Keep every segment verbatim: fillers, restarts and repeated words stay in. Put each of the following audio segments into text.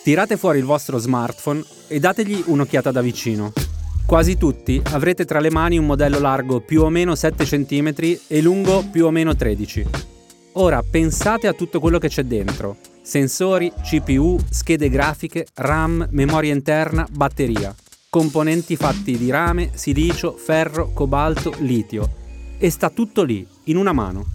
Tirate fuori il vostro smartphone e dategli un'occhiata da vicino. Quasi tutti avrete tra le mani un modello largo più o meno sette centimetri e lungo più o meno tredici. Ora pensate a tutto quello che c'è dentro. Sensori, C P U, schede grafiche, RAM, memoria interna, batteria. Componenti fatti di rame, silicio, ferro, cobalto, litio. E sta tutto lì, in una mano.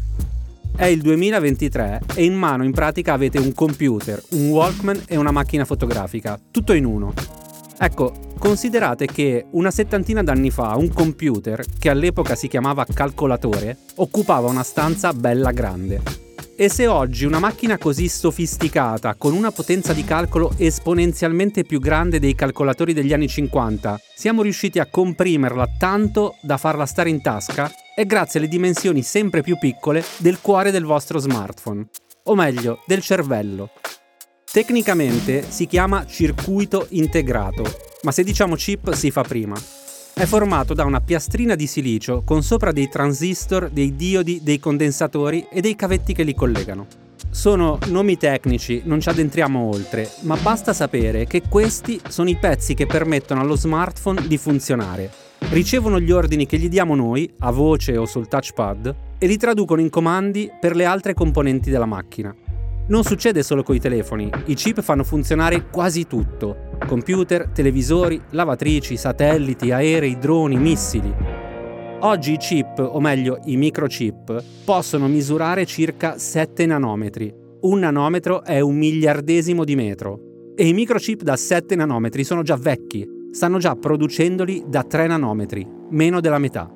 È il duemilaventitré e in mano in pratica avete un computer, un Walkman e una macchina fotografica, tutto in uno. Ecco, considerate che una settantina d'anni fa un computer, che all'epoca si chiamava calcolatore, occupava una stanza bella grande. E se oggi una macchina così sofisticata, con una potenza di calcolo esponenzialmente più grande dei calcolatori degli anni cinquanta, siamo riusciti a comprimerla tanto da farla stare in tasca, è grazie alle dimensioni sempre più piccole del cuore del vostro smartphone. O meglio, del cervello. Tecnicamente si chiama circuito integrato, ma se diciamo chip si fa prima. È formato da una piastrina di silicio con sopra dei transistor, dei diodi, dei condensatori e dei cavetti che li collegano. Sono nomi tecnici, non ci addentriamo oltre, ma basta sapere che questi sono i pezzi che permettono allo smartphone di funzionare. Ricevono gli ordini che gli diamo noi, a voce o sul touchpad, e li traducono in comandi per le altre componenti della macchina. Non succede solo coi telefoni, i chip fanno funzionare quasi tutto. Computer, televisori, lavatrici, satelliti, aerei, droni, missili. Oggi i chip, o meglio i microchip, possono misurare circa sette nanometri. Un nanometro è un miliardesimo di metro. E i microchip da sette nanometri sono già vecchi, stanno già producendoli da tre nanometri, meno della metà.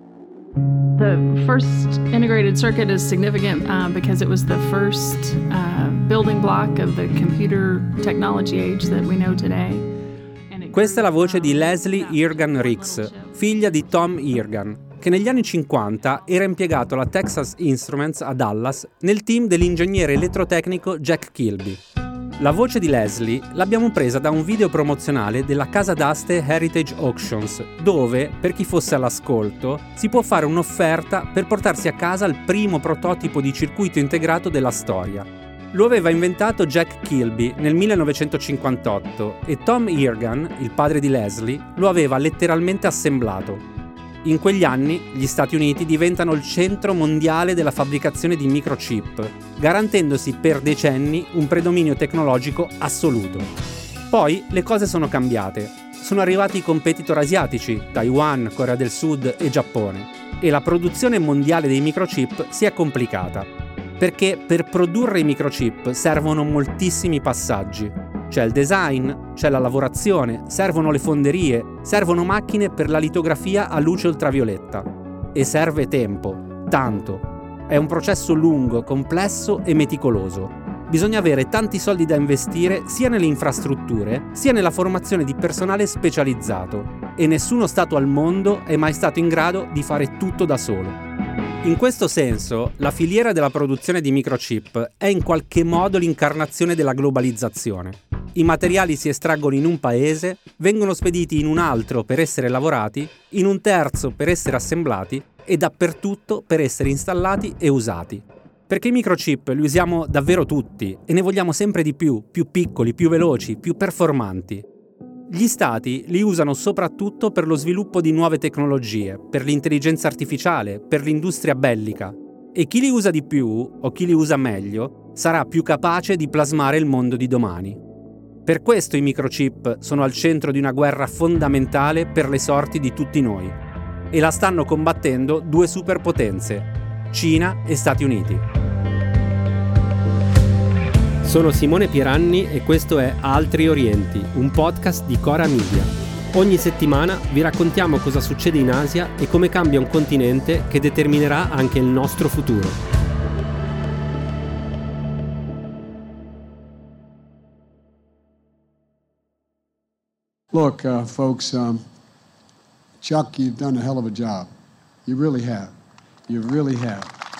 The first integrated circuit is significant uh, because it was the first uh, building block of the computer technology age that we know today. Questa è la voce di Leslie Eargan Ricks, figlia di Tom Eargan, che negli anni cinquanta era impiegato alla Texas Instruments a Dallas nel team dell'ingegnere elettrotecnico Jack Kilby. La voce di Leslie l'abbiamo presa da un video promozionale della casa d'aste Heritage Auctions, dove, per chi fosse all'ascolto, si può fare un'offerta per portarsi a casa il primo prototipo di circuito integrato della storia. Lo aveva inventato Jack Kilby nel millenovecentocinquantotto e Tom Eargan, il padre di Leslie, lo aveva letteralmente assemblato. In quegli anni gli Stati Uniti diventano il centro mondiale della fabbricazione di microchip, garantendosi per decenni un predominio tecnologico assoluto. Poi le cose sono cambiate. Sono arrivati i competitor asiatici, Taiwan, Corea del Sud e Giappone, e la produzione mondiale dei microchip si è complicata. Perché per produrre i microchip servono moltissimi passaggi. C'è il design, c'è la lavorazione, servono le fonderie, servono macchine per la litografia a luce ultravioletta. E serve tempo, tanto. È un processo lungo, complesso e meticoloso. Bisogna avere tanti soldi da investire sia nelle infrastrutture, sia nella formazione di personale specializzato. E nessuno Stato al mondo è mai stato in grado di fare tutto da solo. In questo senso, la filiera della produzione di microchip è in qualche modo l'incarnazione della globalizzazione. I materiali si estraggono in un paese, vengono spediti in un altro per essere lavorati, in un terzo per essere assemblati e dappertutto per essere installati e usati. Perché i microchip li usiamo davvero tutti e ne vogliamo sempre di più, più piccoli, più veloci, più performanti. Gli stati li usano soprattutto per lo sviluppo di nuove tecnologie, per l'intelligenza artificiale, per l'industria bellica. E chi li usa di più, o chi li usa meglio, sarà più capace di plasmare il mondo di domani. Per questo i microchip sono al centro di una guerra fondamentale per le sorti di tutti noi. E la stanno combattendo due superpotenze, Cina e Stati Uniti. Sono Simone Pieranni e questo è Altri Orienti, un podcast di Cora Media. Ogni settimana vi raccontiamo cosa succede in Asia e come cambia un continente che determinerà anche il nostro futuro. Look, uh, folks, um, Chuck, you've done a hell of a job. You really have. You really have.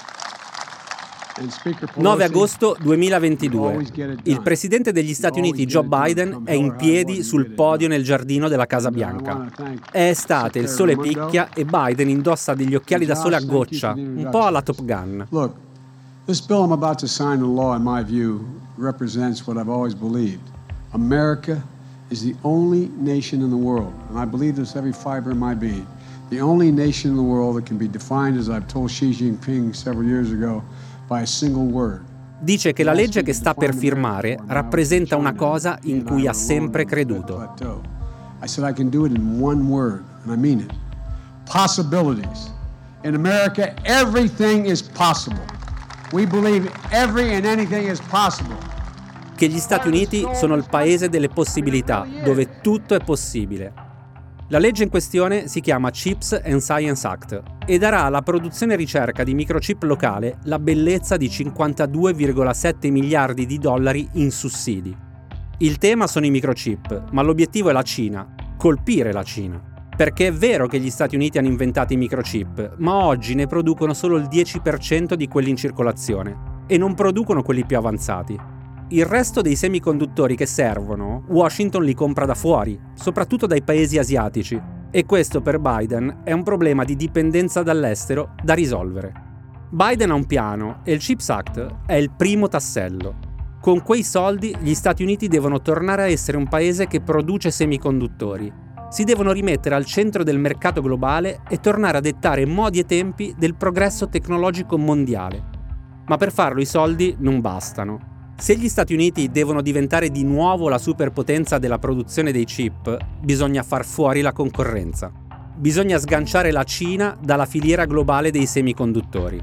nove agosto duemilaventidue. Il presidente degli Stati Uniti Joe Biden è in piedi sul podio nel giardino della Casa Bianca. È estate, il sole picchia e Biden indossa degli occhiali da sole a goccia, un po' alla Top Gun. Look, this bill I'm about to sign into law, in my view, represents what I've always believed. America is the only nation in the world, and I believe this every fiber in my being, the only nation in the world that can be defined, as I've told Xi Jinping several years ago, by a single word. Dice che la legge che sta per firmare rappresenta una cosa in cui ha sempre creduto. I said I can do it in one word, and I mean it. Possibilities. In America, everything is possible. We believe every and anything is possible. Che gli Stati Uniti sono il paese delle possibilità, dove tutto è possibile. La legge in questione si chiama Chips and Science Act e darà alla produzione e ricerca di microchip locale la bellezza di cinquantadue virgola sette miliardi di dollari in sussidi. Il tema sono i microchip, ma l'obiettivo è la Cina, colpire la Cina. Perché è vero che gli Stati Uniti hanno inventato i microchip, ma oggi ne producono solo il dieci per cento di quelli in circolazione e non producono quelli più avanzati. Il resto dei semiconduttori che servono, Washington li compra da fuori, soprattutto dai paesi asiatici, e questo per Biden è un problema di dipendenza dall'estero da risolvere. Biden ha un piano e il Chips Act è il primo tassello. Con quei soldi gli Stati Uniti devono tornare a essere un paese che produce semiconduttori. Si devono rimettere al centro del mercato globale e tornare a dettare modi e tempi del progresso tecnologico mondiale. Ma per farlo i soldi non bastano. Se gli Stati Uniti devono diventare di nuovo la superpotenza della produzione dei chip, bisogna far fuori la concorrenza. Bisogna sganciare la Cina dalla filiera globale dei semiconduttori.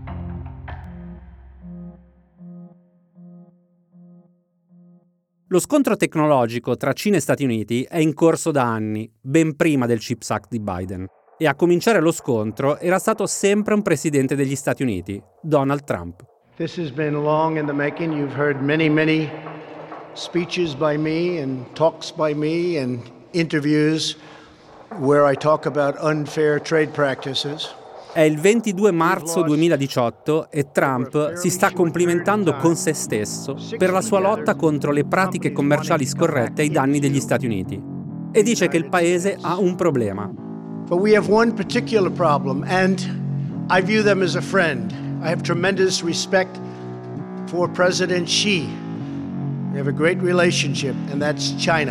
Lo scontro tecnologico tra Cina e Stati Uniti è in corso da anni, ben prima del Chips Act di Biden. E a cominciare lo scontro era stato sempre un presidente degli Stati Uniti, Donald Trump. This has been long in the making. You've heard many, many speeches by me and talks by me and interviews where I talk about unfair trade practices. È il ventidue marzo duemiladiciotto e Trump si sta complimentando con se stesso per la sua lotta contro le pratiche commerciali scorrette ai danni degli Stati Uniti. E dice che il paese ha un problema. But we have one particular problem, and I view them as a friend. I have tremendous respect for President Xi. We have a great relationship, and that's China.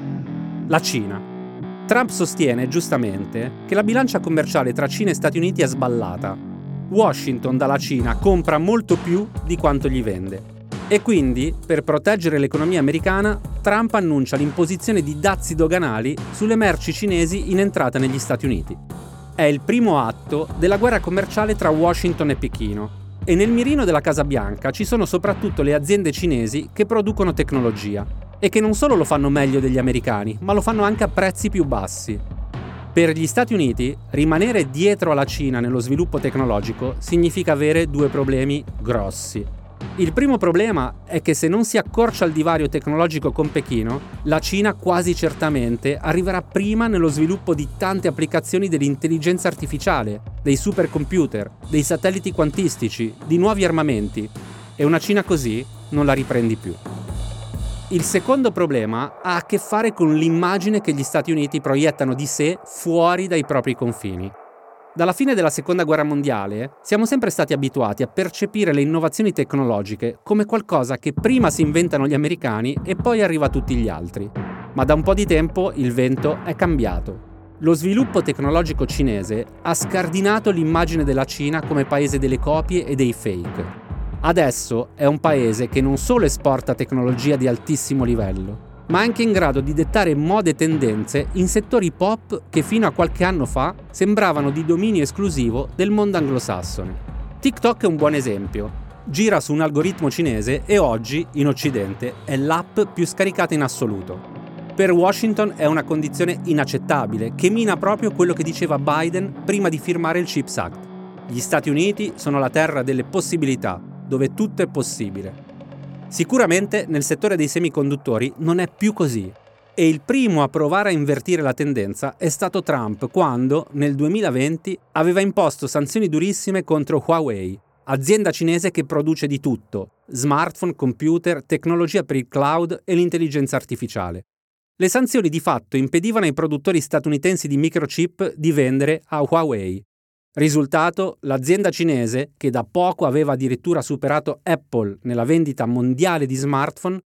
La Cina. Trump sostiene, giustamente, che la bilancia commerciale tra Cina e Stati Uniti è sballata. Washington dalla Cina compra molto più di quanto gli vende. E quindi, per proteggere l'economia americana, Trump annuncia l'imposizione di dazi doganali sulle merci cinesi in entrata negli Stati Uniti. È il primo atto della guerra commerciale tra Washington e Pechino, e nel mirino della Casa Bianca ci sono soprattutto le aziende cinesi che producono tecnologia e che non solo lo fanno meglio degli americani, ma lo fanno anche a prezzi più bassi. Per gli Stati Uniti, rimanere dietro alla Cina nello sviluppo tecnologico significa avere due problemi grossi. Il primo problema è che se non si accorcia il divario tecnologico con Pechino, la Cina quasi certamente arriverà prima nello sviluppo di tante applicazioni dell'intelligenza artificiale, dei supercomputer, dei satelliti quantistici, di nuovi armamenti, e una Cina così non la riprendi più. Il secondo problema ha a che fare con l'immagine che gli Stati Uniti proiettano di sé fuori dai propri confini. Dalla fine della Seconda Guerra Mondiale siamo sempre stati abituati a percepire le innovazioni tecnologiche come qualcosa che prima si inventano gli americani e poi arriva a tutti gli altri. Ma da un po' di tempo il vento è cambiato. Lo sviluppo tecnologico cinese ha scardinato l'immagine della Cina come paese delle copie e dei fake. Adesso è un paese che non solo esporta tecnologia di altissimo livello, ma anche in grado di dettare mode e tendenze in settori pop che fino a qualche anno fa sembravano di dominio esclusivo del mondo anglosassone. TikTok è un buon esempio. Gira su un algoritmo cinese e oggi, in Occidente, è l'app più scaricata in assoluto. Per Washington è una condizione inaccettabile, che mina proprio quello che diceva Biden prima di firmare il Chips Act. Gli Stati Uniti sono la terra delle possibilità, dove tutto è possibile. Sicuramente nel settore dei semiconduttori non è più così. E il primo a provare a invertire la tendenza è stato Trump quando, nel duemilaventi, aveva imposto sanzioni durissime contro Huawei, azienda cinese che produce di tutto: smartphone, computer, tecnologia per il cloud e l'intelligenza artificiale. Le sanzioni di fatto impedivano ai produttori statunitensi di microchip di vendere a Huawei. Risultato, l'azienda cinese, che da poco aveva addirittura superato Apple nella vendita mondiale di smartphone,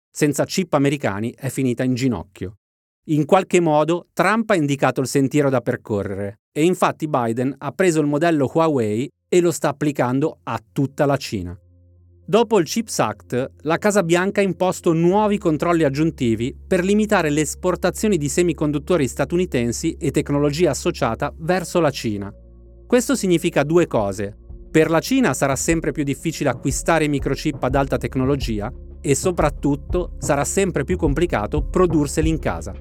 Senza chip americani è finita in ginocchio. In qualche modo Trump ha indicato il sentiero da percorrere e infatti Biden ha preso il modello Huawei e lo sta applicando a tutta la Cina. Dopo il CHIPS Act, la Casa Bianca ha imposto nuovi controlli aggiuntivi per limitare le esportazioni di semiconduttori statunitensi e tecnologia associata verso la Cina. Questo significa due cose. Per la Cina sarà sempre più difficile acquistare microchip ad alta tecnologia e soprattutto sarà sempre più complicato produrseli in casa.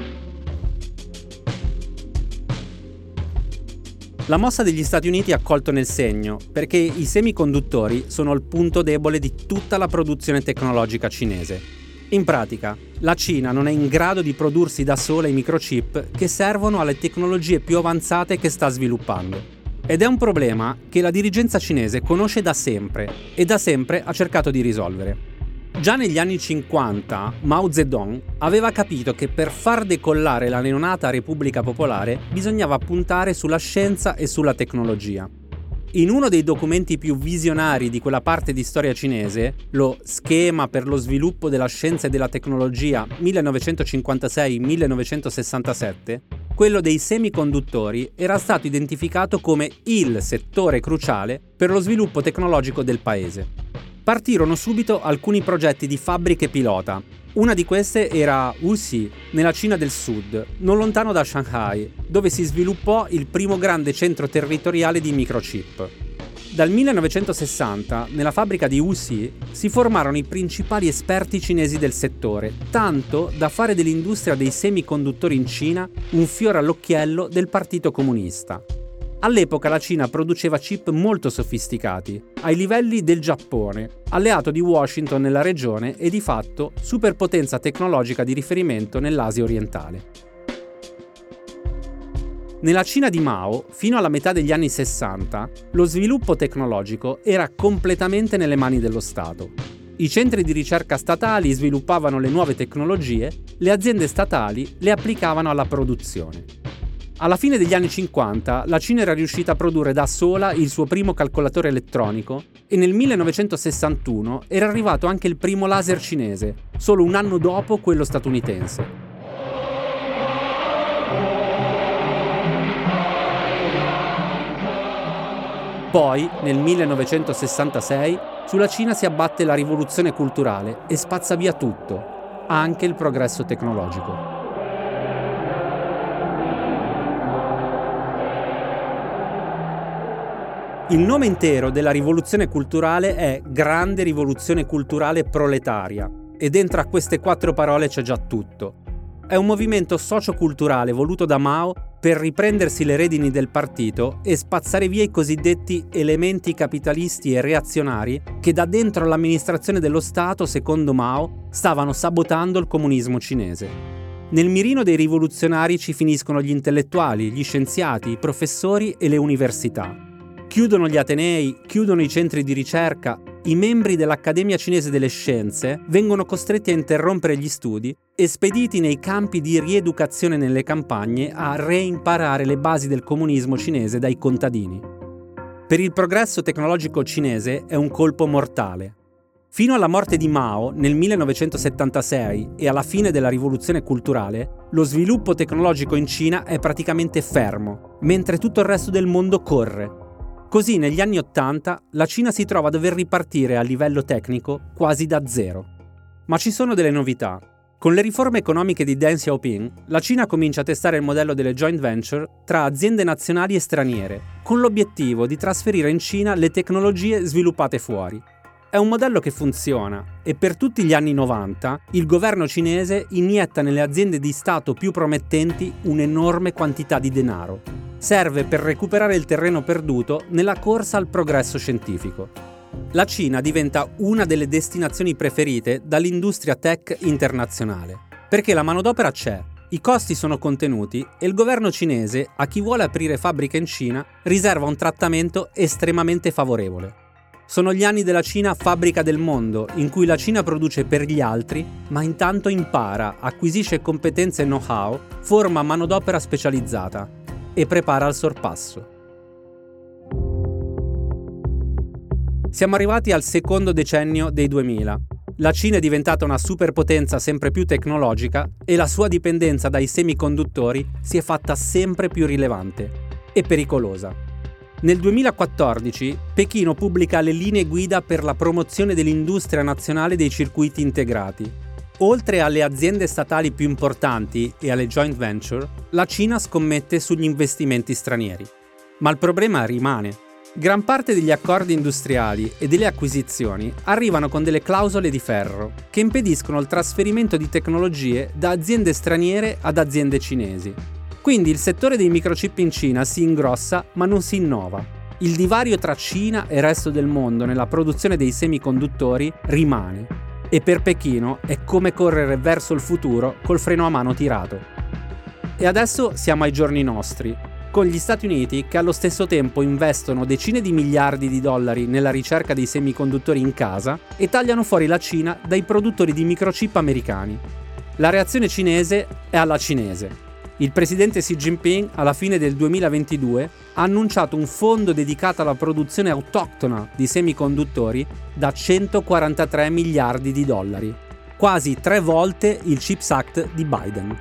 La mossa degli Stati Uniti ha colto nel segno, perché i semiconduttori sono il punto debole di tutta la produzione tecnologica cinese. In pratica, la Cina non è in grado di prodursi da sola i microchip che servono alle tecnologie più avanzate che sta sviluppando. Ed è un problema che la dirigenza cinese conosce da sempre e da sempre ha cercato di risolvere. Già negli anni cinquanta, Mao Zedong aveva capito che per far decollare la neonata Repubblica Popolare bisognava puntare sulla scienza e sulla tecnologia. In uno dei documenti più visionari di quella parte di storia cinese, lo Schema per lo sviluppo della scienza e della tecnologia millenovecentocinquantasei millenovecentosessantasette, quello dei semiconduttori era stato identificato come il settore cruciale per lo sviluppo tecnologico del paese. Partirono subito alcuni progetti di fabbriche pilota. Una di queste era Wuxi, nella Cina del Sud, non lontano da Shanghai, dove si sviluppò il primo grande centro territoriale di microchip. Dal millenovecentosessanta, nella fabbrica di Wuxi, si formarono i principali esperti cinesi del settore, tanto da fare dell'industria dei semiconduttori in Cina un fiore all'occhiello del Partito Comunista. All'epoca la Cina produceva chip molto sofisticati, ai livelli del Giappone, alleato di Washington nella regione e di fatto superpotenza tecnologica di riferimento nell'Asia orientale. Nella Cina di Mao, fino alla metà degli anni sessanta, lo sviluppo tecnologico era completamente nelle mani dello Stato. I centri di ricerca statali sviluppavano le nuove tecnologie, le aziende statali le applicavano alla produzione. Alla fine degli anni cinquanta la Cina era riuscita a produrre da sola il suo primo calcolatore elettronico e nel millenovecentosessantuno era arrivato anche il primo laser cinese, solo un anno dopo quello statunitense. Poi, nel millenovecentosessantasei, sulla Cina si abbatte la rivoluzione culturale e spazza via tutto, anche il progresso tecnologico. Il nome intero della rivoluzione culturale è Grande Rivoluzione Culturale Proletaria e dentro a queste quattro parole c'è già tutto. È un movimento socioculturale voluto da Mao per riprendersi le redini del partito e spazzare via i cosiddetti elementi capitalisti e reazionari che da dentro l'amministrazione dello Stato, secondo Mao, stavano sabotando il comunismo cinese. Nel mirino dei rivoluzionari ci finiscono gli intellettuali, gli scienziati, i professori e le università. Chiudono gli atenei, chiudono i centri di ricerca, i membri dell'Accademia Cinese delle Scienze vengono costretti a interrompere gli studi e spediti nei campi di rieducazione nelle campagne a reimparare le basi del comunismo cinese dai contadini. Per il progresso tecnologico cinese è un colpo mortale. Fino alla morte di Mao nel millenovecentosettantasei e alla fine della rivoluzione culturale, lo sviluppo tecnologico in Cina è praticamente fermo, mentre tutto il resto del mondo corre. Così negli anni Ottanta la Cina si trova a dover ripartire a livello tecnico quasi da zero. Ma ci sono delle novità. Con le riforme economiche di Deng Xiaoping, la Cina comincia a testare il modello delle joint venture tra aziende nazionali e straniere, con l'obiettivo di trasferire in Cina le tecnologie sviluppate fuori. È un modello che funziona e per tutti gli anni novanta il governo cinese inietta nelle aziende di Stato più promettenti un'enorme quantità di denaro. Serve per recuperare il terreno perduto nella corsa al progresso scientifico. La Cina diventa una delle destinazioni preferite dall'industria tech internazionale, perché la manodopera c'è, i costi sono contenuti e il governo cinese, a chi vuole aprire fabbriche in Cina, riserva un trattamento estremamente favorevole. Sono gli anni della Cina fabbrica del mondo, in cui la Cina produce per gli altri, ma intanto impara, acquisisce competenze e know-how, forma manodopera specializzata e prepara al sorpasso. Siamo arrivati al secondo decennio dei duemila. La Cina è diventata una superpotenza sempre più tecnologica e la sua dipendenza dai semiconduttori si è fatta sempre più rilevante e pericolosa. Nel duemilaquattordici Pechino pubblica le linee guida per la promozione dell'industria nazionale dei circuiti integrati. Oltre alle aziende statali più importanti e alle joint venture, la Cina scommette sugli investimenti stranieri. Ma il problema rimane. Gran parte degli accordi industriali e delle acquisizioni arrivano con delle clausole di ferro che impediscono il trasferimento di tecnologie da aziende straniere ad aziende cinesi. Quindi il settore dei microchip in Cina si ingrossa ma non si innova. Il divario tra Cina e il resto del mondo nella produzione dei semiconduttori rimane e per Pechino è come correre verso il futuro col freno a mano tirato. E adesso siamo ai giorni nostri, con gli Stati Uniti che allo stesso tempo investono decine di miliardi di dollari nella ricerca dei semiconduttori in casa e tagliano fuori la Cina dai produttori di microchip americani. La reazione cinese è alla cinese. Il presidente Xi Jinping alla fine del duemilaventidue ha annunciato un fondo dedicato alla produzione autoctona di semiconduttori da centoquarantatré miliardi di dollari, quasi tre volte il Chips Act di Biden.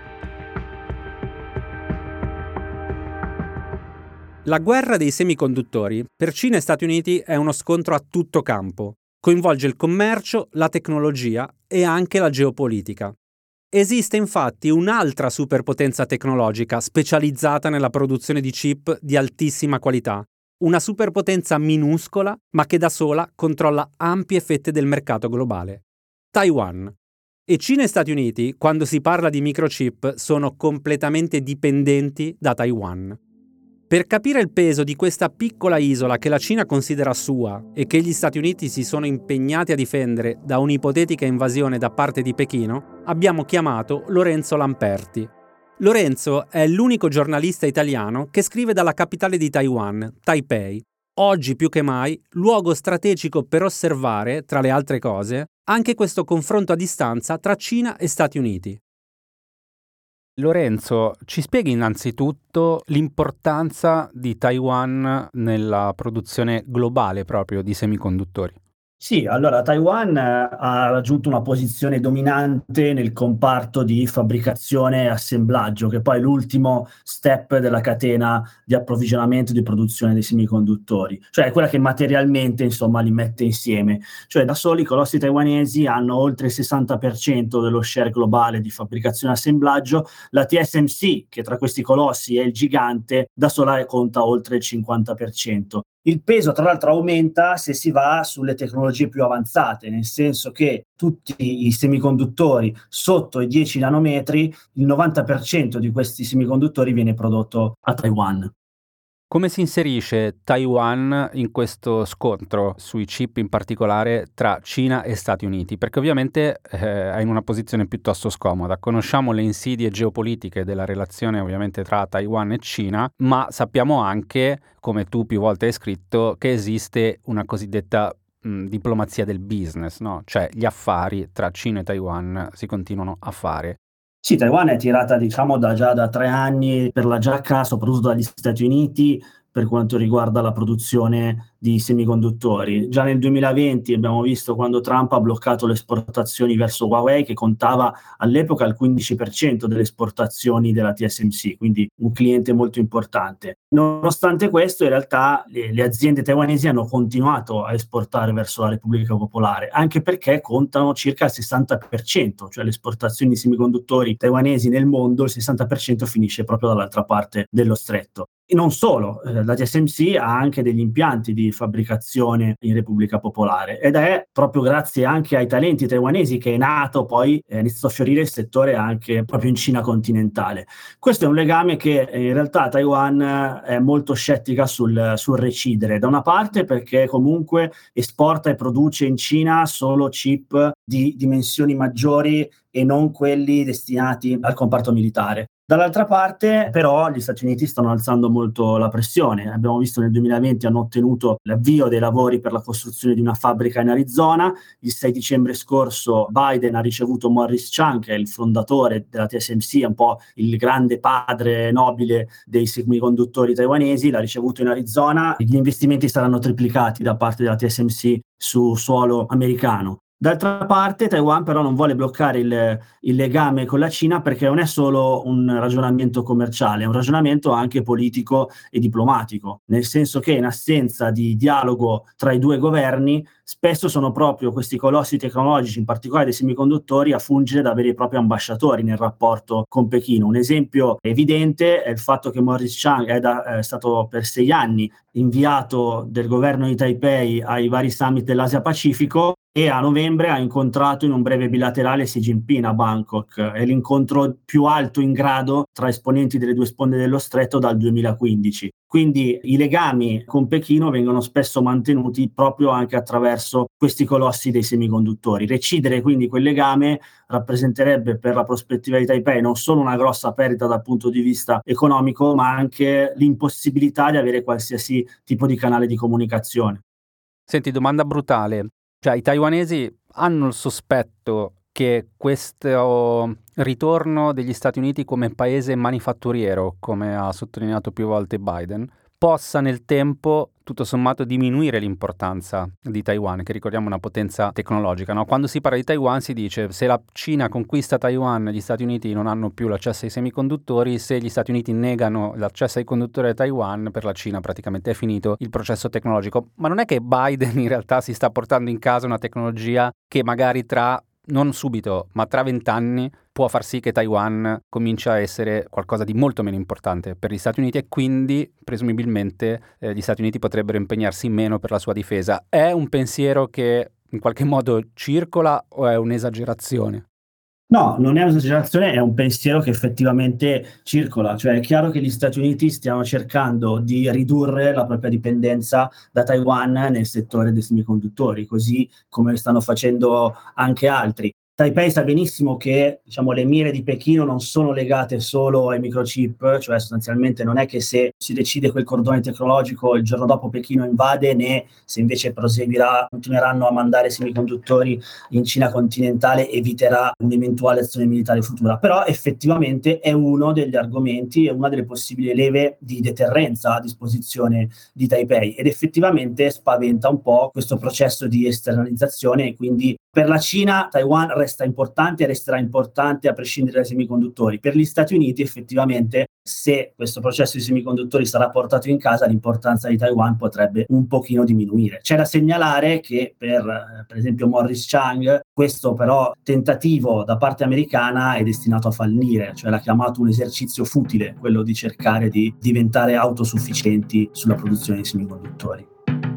La guerra dei semiconduttori per Cina e Stati Uniti è uno scontro a tutto campo. Coinvolge il commercio, la tecnologia e anche la geopolitica. Esiste infatti un'altra superpotenza tecnologica specializzata nella produzione di chip di altissima qualità, una superpotenza minuscola ma che da sola controlla ampie fette del mercato globale. Taiwan. E Cina e Stati Uniti, quando si parla di microchip, sono completamente dipendenti da Taiwan. Per capire il peso di questa piccola isola che la Cina considera sua e che gli Stati Uniti si sono impegnati a difendere da un'ipotetica invasione da parte di Pechino, abbiamo chiamato Lorenzo Lamperti. Lorenzo è l'unico giornalista italiano che scrive dalla capitale di Taiwan, Taipei. Oggi più che mai, luogo strategico per osservare, tra le altre cose, anche questo confronto a distanza tra Cina e Stati Uniti. Lorenzo, ci spieghi innanzitutto l'importanza di Taiwan nella produzione globale proprio di semiconduttori? Sì, allora Taiwan ha raggiunto una posizione dominante nel comparto di fabbricazione e assemblaggio, che poi è l'ultimo step della catena di approvvigionamento e di produzione dei semiconduttori, cioè quella che materialmente insomma li mette insieme. Cioè da soli i colossi taiwanesi hanno oltre il sessanta per cento dello share globale di fabbricazione e assemblaggio, la T S M C, che tra questi colossi è il gigante, da sola conta oltre il cinquanta per cento. Il peso, tra l'altro, aumenta se si va sulle tecnologie più avanzate, nel senso che tutti i semiconduttori sotto i dieci nanometri, il novanta per cento di questi semiconduttori viene prodotto a Taiwan. Come si inserisce Taiwan in questo scontro sui chip, in particolare tra Cina e Stati Uniti? Perché ovviamente eh, è in una posizione piuttosto scomoda. Conosciamo le insidie geopolitiche della relazione ovviamente tra Taiwan e Cina, ma sappiamo anche, come tu più volte hai scritto, che esiste una cosiddetta mh, diplomazia del business, no? Cioè gli affari tra Cina e Taiwan si continuano a fare. Sì, Taiwan è tirata diciamo da già da tre anni per la giacca, soprattutto dagli Stati Uniti, per quanto riguarda la produzione di semiconduttori. Già nel duemilaventi abbiamo visto quando Trump ha bloccato le esportazioni verso Huawei, che contava all'epoca il quindici per cento delle esportazioni della T S M C, quindi un cliente molto importante. Nonostante questo, in realtà le, le aziende taiwanesi hanno continuato a esportare verso la Repubblica Popolare, anche perché contano circa il sessanta per cento, cioè le esportazioni di semiconduttori taiwanesi nel mondo, il sessanta per cento finisce proprio dall'altra parte dello stretto. E non solo, eh, la T S M C ha anche degli impianti di fabbricazione in Repubblica Popolare ed è proprio grazie anche ai talenti taiwanesi che è nato poi, è iniziato a fiorire il settore anche proprio in Cina continentale. Questo è un legame che eh, in realtà Taiwan è molto scettica sul, sul recidere, da una parte perché comunque esporta e produce in Cina solo chip di dimensioni maggiori e non quelli destinati al comparto militare. Dall'altra parte, però, gli Stati Uniti stanno alzando molto la pressione. Abbiamo visto nel duemilaventi hanno ottenuto l'avvio dei lavori per la costruzione di una fabbrica in Arizona. Il sei dicembre scorso Biden ha ricevuto Morris Chang, che è il fondatore della T S M C, un po' il grande padre nobile dei semiconduttori taiwanesi, l'ha ricevuto in Arizona. Gli investimenti saranno triplicati da parte della T S M C su suolo americano. D'altra parte Taiwan però non vuole bloccare il, il legame con la Cina perché non è solo un ragionamento commerciale, è un ragionamento anche politico e diplomatico, nel senso che in assenza di dialogo tra i due governi spesso sono proprio questi colossi tecnologici, in particolare dei semiconduttori, a fungere da veri e propri ambasciatori nel rapporto con Pechino. Un esempio evidente è il fatto che Maurice Chang è, da, è stato per sei anni inviato del governo di Taipei ai vari summit dell'Asia Pacifico e a novembre ha incontrato in un breve bilaterale Xi Jinping a Bangkok. È l'incontro più alto in grado tra esponenti delle due sponde dello stretto dal duemilaquindici. Quindi i legami con Pechino vengono spesso mantenuti proprio anche attraverso questi colossi dei semiconduttori. Recidere quindi quel legame rappresenterebbe per la prospettiva di Taipei non solo una grossa perdita dal punto di vista economico, ma anche l'impossibilità di avere qualsiasi tipo di canale di comunicazione. Senti, domanda brutale. Cioè, i taiwanesi hanno il sospetto che questo ritorno degli Stati Uniti come paese manifatturiero, come ha sottolineato più volte Biden, possa nel tempo, tutto sommato, diminuire l'importanza di Taiwan, che ricordiamo è una potenza tecnologica, no? Quando si parla di Taiwan si dice se la Cina conquista Taiwan, gli Stati Uniti non hanno più l'accesso ai semiconduttori, se gli Stati Uniti negano l'accesso ai conduttori a Taiwan, per la Cina praticamente è finito il processo tecnologico. Ma non è che Biden in realtà si sta portando in casa una tecnologia che magari tra, non subito, ma tra vent'anni può far sì che Taiwan cominci a essere qualcosa di molto meno importante per gli Stati Uniti e quindi presumibilmente eh, gli Stati Uniti potrebbero impegnarsi meno per la sua difesa. È un pensiero che in qualche modo circola o è un'esagerazione? No, non è un'esagerazione, è un pensiero che effettivamente circola, cioè è chiaro che gli Stati Uniti stiano cercando di ridurre la propria dipendenza da Taiwan nel settore dei semiconduttori, così come stanno facendo anche altri. Taipei sa benissimo che, diciamo, le mire di Pechino non sono legate solo ai microchip, cioè sostanzialmente non è che se si decide quel cordone tecnologico il giorno dopo Pechino invade, né se invece proseguirà, continueranno a mandare semiconduttori in Cina continentale, eviterà un'eventuale azione militare futura. Però effettivamente è uno degli argomenti, è una delle possibili leve di deterrenza a disposizione di Taipei ed effettivamente spaventa un po' questo processo di esternalizzazione e quindi per la Cina Taiwan resta importante e resterà importante a prescindere dai semiconduttori. Per gli Stati Uniti effettivamente se questo processo di semiconduttori sarà portato in casa l'importanza di Taiwan potrebbe un pochino diminuire. C'è da segnalare che per per esempio Maurice Chang questo però tentativo da parte americana è destinato a fallire, cioè l'ha chiamato un esercizio futile, quello di cercare di diventare autosufficienti sulla produzione di semiconduttori.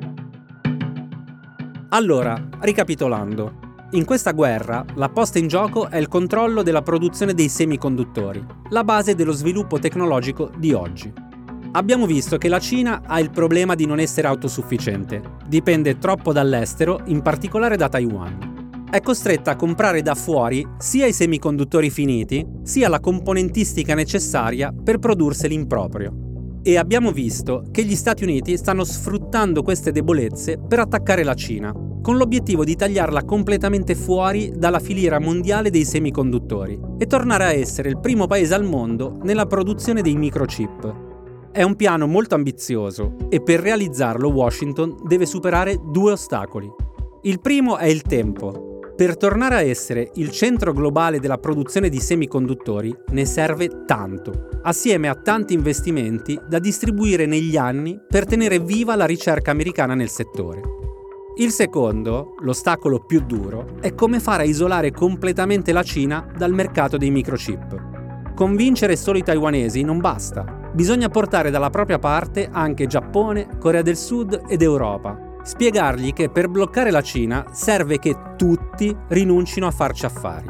Allora, ricapitolando, in questa guerra la posta in gioco è il controllo della produzione dei semiconduttori, la base dello sviluppo tecnologico di oggi. Abbiamo visto che la Cina ha il problema di non essere autosufficiente, dipende troppo dall'estero, in particolare da Taiwan. È costretta a comprare da fuori sia i semiconduttori finiti, sia la componentistica necessaria per produrseli in proprio. E abbiamo visto che gli Stati Uniti stanno sfruttando queste debolezze per attaccare la Cina, con l'obiettivo di tagliarla completamente fuori dalla filiera mondiale dei semiconduttori e tornare a essere il primo paese al mondo nella produzione dei microchip. È un piano molto ambizioso e per realizzarlo Washington deve superare due ostacoli. Il primo è il tempo. Per tornare a essere il centro globale della produzione di semiconduttori ne serve tanto, assieme a tanti investimenti da distribuire negli anni per tenere viva la ricerca americana nel settore. Il secondo, l'ostacolo più duro, è come fare a isolare completamente la Cina dal mercato dei microchip. Convincere solo i taiwanesi non basta, bisogna portare dalla propria parte anche Giappone, Corea del Sud ed Europa. Spiegargli che per bloccare la Cina serve che tutti rinuncino a farci affari.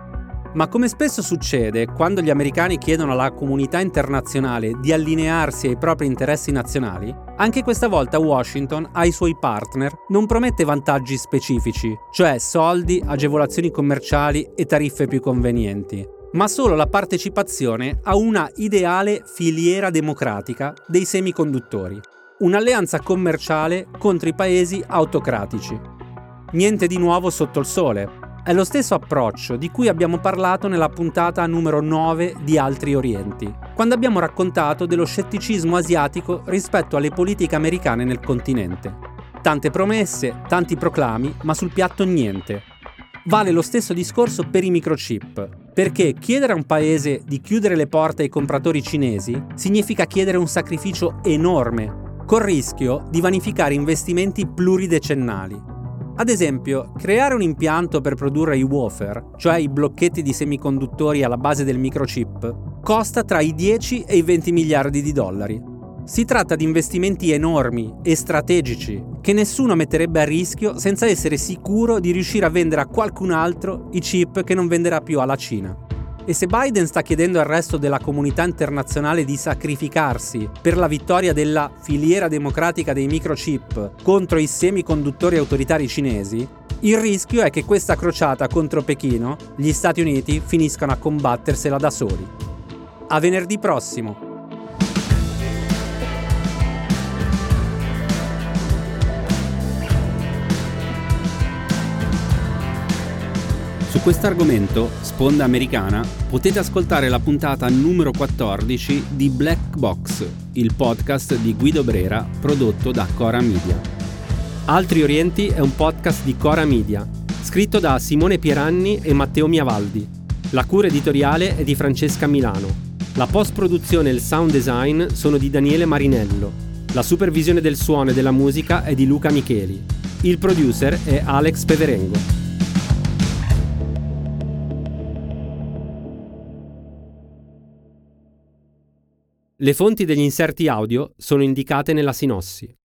Ma come spesso succede quando gli americani chiedono alla comunità internazionale di allinearsi ai propri interessi nazionali, anche questa volta Washington ai suoi partner non promette vantaggi specifici, cioè soldi, agevolazioni commerciali e tariffe più convenienti, ma solo la partecipazione a una ideale filiera democratica dei semiconduttori. Un'alleanza commerciale contro i paesi autocratici. Niente di nuovo sotto il sole. È lo stesso approccio di cui abbiamo parlato nella puntata numero nove di Altri Orienti, quando abbiamo raccontato dello scetticismo asiatico rispetto alle politiche americane nel continente. Tante promesse, tanti proclami, ma sul piatto niente. Vale lo stesso discorso per i microchip, perché chiedere a un paese di chiudere le porte ai compratori cinesi significa chiedere un sacrificio enorme, col rischio di vanificare investimenti pluridecennali. Ad esempio, creare un impianto per produrre i wafer, cioè i blocchetti di semiconduttori alla base del microchip, costa tra i dieci e i venti miliardi di dollari. Si tratta di investimenti enormi e strategici che nessuno metterebbe a rischio senza essere sicuro di riuscire a vendere a qualcun altro i chip che non venderà più alla Cina. E se Biden sta chiedendo al resto della comunità internazionale di sacrificarsi per la vittoria della filiera democratica dei microchip contro i semiconduttori autoritari cinesi, il rischio è che questa crociata contro Pechino gli Stati Uniti finiscano a combattersela da soli. A venerdì prossimo! Su questo argomento, Sponda Americana, potete ascoltare la puntata numero quattordici di Black Box, il podcast di Guido Brera prodotto da Cora Media. Altri Orienti è un podcast di Cora Media, scritto da Simone Pieranni e Matteo Miavaldi. La cura editoriale è di Francesca Milano. La post-produzione e il sound design sono di Daniele Marinello. La supervisione del suono e della musica è di Luca Micheli. Il producer è Alex Peverengo. Le fonti degli inserti audio sono indicate nella sinossi.